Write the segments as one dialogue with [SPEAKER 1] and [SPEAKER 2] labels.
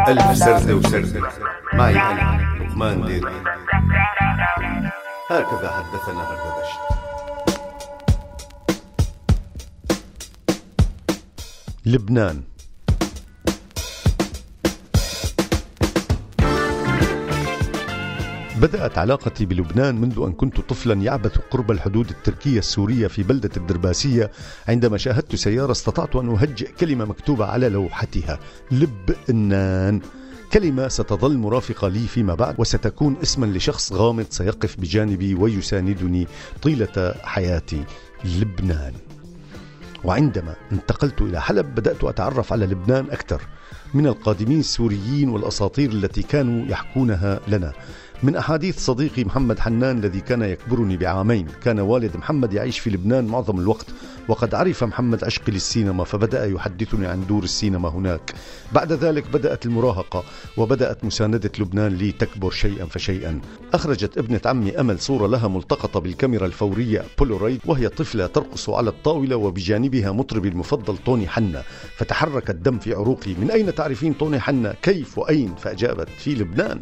[SPEAKER 1] ألف سردة وسردة معي أنا لقمان ديري. هكذا حدثنا هردبشت. لبنان. بدأت علاقتي بلبنان منذ أن كنت طفلا يعبث قرب الحدود التركية السورية في بلدة الدرباسية، عندما شاهدت سيارة استطعت أن أهجئ كلمة مكتوبة على لوحتها: لبنان. كلمة ستظل مرافقة لي فيما بعد، وستكون اسما لشخص غامض سيقف بجانبي ويساندني طيلة حياتي. لبنان. وعندما انتقلت إلى حلب بدأت أتعرف على لبنان أكثر من القادمين السوريين والأساطير التي كانوا يحكونها لنا. من أحاديث صديقي محمد حنان الذي كان يكبرني بعامين. كان والد محمد يعيش في لبنان معظم الوقت، وقد عرف محمد عشقي للسينما فبدأ يحدثني عن دور السينما هناك. بعد ذلك بدأت المراهقة وبدأت مساندة لبنان لي تكبر شيئا فشيئا. أخرجت ابنة عمي أمل صورة لها ملتقطة بالكاميرا الفورية بولورايد وهي طفلة ترقص على الطاولة وبجانبها مطربي المفضل طوني حنا، فتحرك الدم في عروقي. من أين تعرفين طوني حنا؟ كيف وأين؟ فأجابت: في لبنان.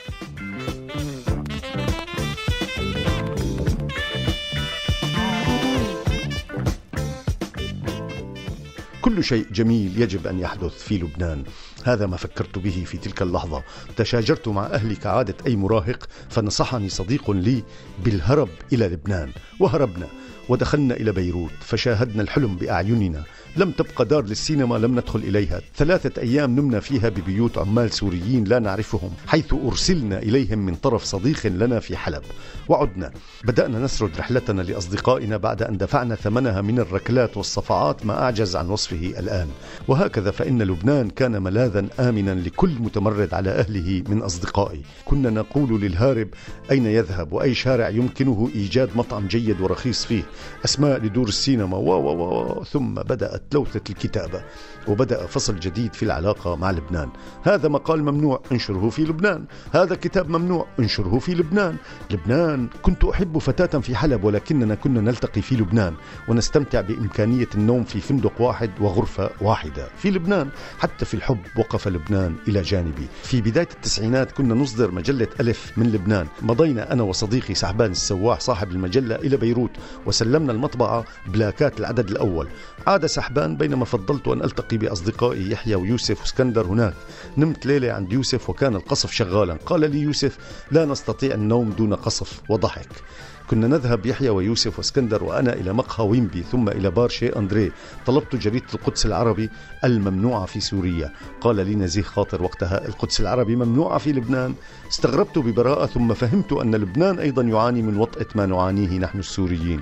[SPEAKER 1] كل شيء جميل يجب أن يحدث في لبنان، هذا ما فكرت به في تلك اللحظة. تشاجرت مع أهلي كعادة أي مراهق، فنصحني صديق لي بالهرب إلى لبنان، وهربنا ودخلنا إلى بيروت فشاهدنا الحلم بأعيننا. لم تبقى دار للسينما لم ندخل إليها. 3 أيام نمنا فيها ببيوت عمال سوريين لا نعرفهم، حيث أرسلنا إليهم من طرف صديق لنا في حلب. وعدنا بدأنا نسرد رحلتنا لأصدقائنا بعد أن دفعنا ثمنها من الركلات والصفعات ما أعجز عن وصفه الآن. وهكذا فإن لبنان كان ملاذا آمنا لكل متمرد على أهله من أصدقائي. كنا نقول للهارب أين يذهب وأي شارع يمكنه إيجاد مطعم جيد ورخيص فيه، أسماء لدور السينما ثم بدأت لوثة الكتابة، وبدأ فصل جديد في العلاقة مع لبنان. هذا مقال ممنوع، انشره في لبنان. هذا كتاب ممنوع، انشره في لبنان. لبنان. كنت أحب فتاة في حلب، ولكننا كنا نلتقي في لبنان ونستمتع بإمكانية النوم في فندق واحد وغرفة واحدة في لبنان. حتى في الحب وقف لبنان إلى جانبي. في بداية التسعينات كنا نصدر مجلة ألف من لبنان. مضينا أنا وصديقي سحبان السواح صاحب المجلة إلى بيروت وسلمنا المطبعة بلاكات العدد الأول. عاد سحبان بينما فضلت أن ألتقي بأصدقائي يحيى ويوسف واسكندر هناك. نمت ليلة عند يوسف وكان القصف شغالا. قال لي يوسف: لا نستطيع النوم دون قصف، وضحك. كنا نذهب يحيى ويوسف واسكندر وأنا إلى مقهى ويمبي ثم إلى بار شي أندري. طلبت جريدة القدس العربي الممنوعة في سوريا. قال لي نزيه خاطر وقتها: القدس العربي ممنوعة في لبنان؟ استغربت ببراءة، ثم فهمت أن لبنان أيضا يعاني من وطأة ما نعانيه نحن السوريين.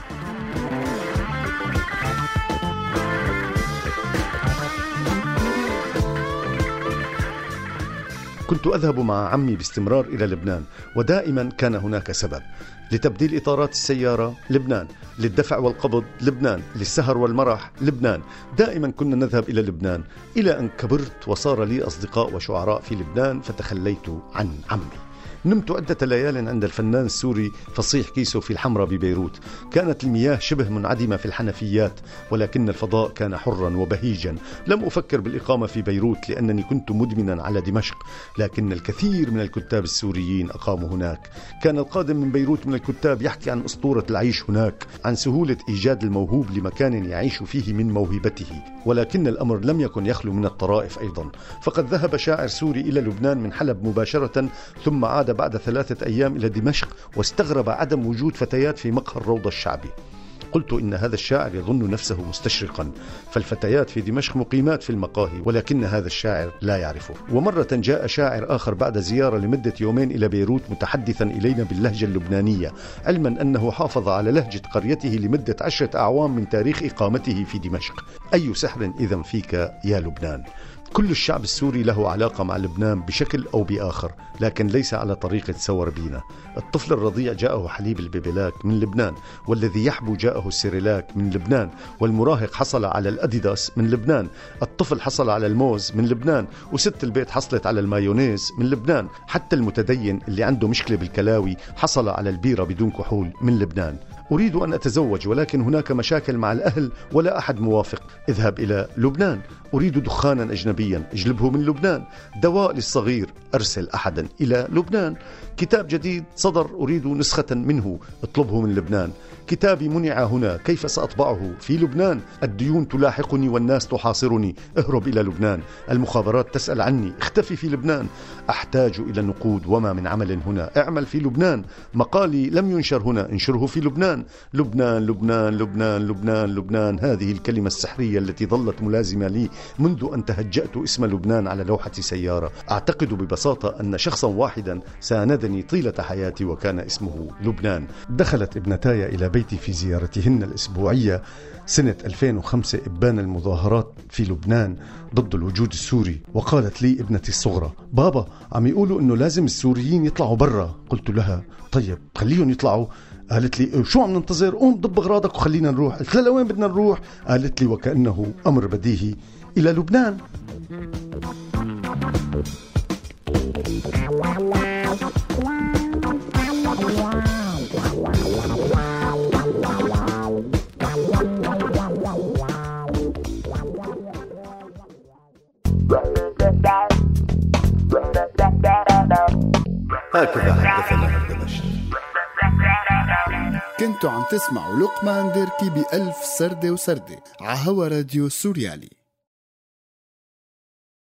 [SPEAKER 1] كنت أذهب مع عمي باستمرار إلى لبنان، ودائما كان هناك سبب: لتبديل إطارات السيارة لبنان، للدفع والقبض لبنان، للسهر والمرح لبنان. دائما كنا نذهب إلى لبنان، إلى أن كبرت وصار لي أصدقاء وشعراء في لبنان فتخليت عن عمي. نمت عدة ليال عند الفنان السوري فصيح كيسو في الحمراء ببيروت. كانت المياه شبه منعدمة في الحنفيات، ولكن الفضاء كان حرا وبهيجا. لم أفكر بالإقامة في بيروت لأنني كنت مدمنا على دمشق، لكن الكثير من الكتاب السوريين أقاموا هناك. كان القادم من بيروت من الكتاب يحكي عن أسطورة العيش هناك، عن سهولة إيجاد الموهوب لمكان يعيش فيه من موهبته. ولكن الأمر لم يكن يخلو من الطرائف أيضا، فقد ذهب شاعر سوري إلى لبنان من حلب مباشرة، ثم عاد بعد 3 أيام إلى دمشق واستغرب عدم وجود فتيات في مقهى الروضة الشعبي. قلت إن هذا الشاعر يظن نفسه مستشرقا، فالفتيات في دمشق مقيمات في المقاهي، ولكن هذا الشاعر لا يعرفه. ومرة جاء شاعر آخر بعد زيارة لمدة 2 يومين إلى بيروت متحدثا إلينا باللهجة اللبنانية، علما أنه حافظ على لهجة قريته لمدة 10 أعوام من تاريخ إقامته في دمشق. أي سحر إذن فيك يا لبنان. كل الشعب السوري له علاقة مع لبنان بشكل أو بآخر، لكن ليس على طريقة سوربينا. الطفل الرضيع جاءه حليب البيبيلاك من لبنان، والذي يحبو جاءه السيريلاك من لبنان، والمراهق حصل على الأديداس من لبنان، الطفل حصل على الموز من لبنان، وست البيت حصلت على المايونيز من لبنان. حتى المتدين اللي عنده مشكلة بالكلاوي حصل على البيرة بدون كحول من لبنان. أريد أن أتزوج ولكن هناك مشاكل مع الأهل ولا أحد موافق. اذهب إلى لبنان. أريد دخانا أجنبيا اجلبه من لبنان. دواء للصغير أرسل أحدا إلى لبنان. كتاب جديد صدر أريد نسخة منه اطلبه من لبنان. كتابي منع هنا كيف سأطبعه في لبنان؟ الديون تلاحقني والناس تحاصرني اهرب إلى لبنان. المخابرات تسأل عني اختفي في لبنان. أحتاج إلى النقود وما من عمل هنا اعمل في لبنان. مقالي لم ينشر هنا انشره في لبنان. لبنان لبنان لبنان لبنان لبنان، هذه الكلمة السحرية التي ظلت ملازمة لي منذ أن تهجأت اسم لبنان على لوحة سيارة. أعتقد ببساطة أن شخصا واحدا ساندني طيلة حياتي وكان اسمه لبنان. دخلت ابنتاي إلى بيتي في زيارتهن الأسبوعية سنة 2005 إبان المظاهرات في لبنان ضد الوجود السوري، وقالت لي ابنتي الصغرى: بابا عم يقولوا إنه لازم السوريين يطلعوا برا. قلت لها: طيب خليهم يطلعوا. قالت لي: شو عم ننتظر؟ قوم ضب أغراضك وخلينا نروح. قلت لها: لوين بدنا نروح؟ قالت لي وكأنه أمر بديهي: إلى لبنان. هكذا حدثنا هردمشت.
[SPEAKER 2] كنتوا عم تسمعوا لقمان ديركي بألف سردة وسردة عهوا راديو سوريالي.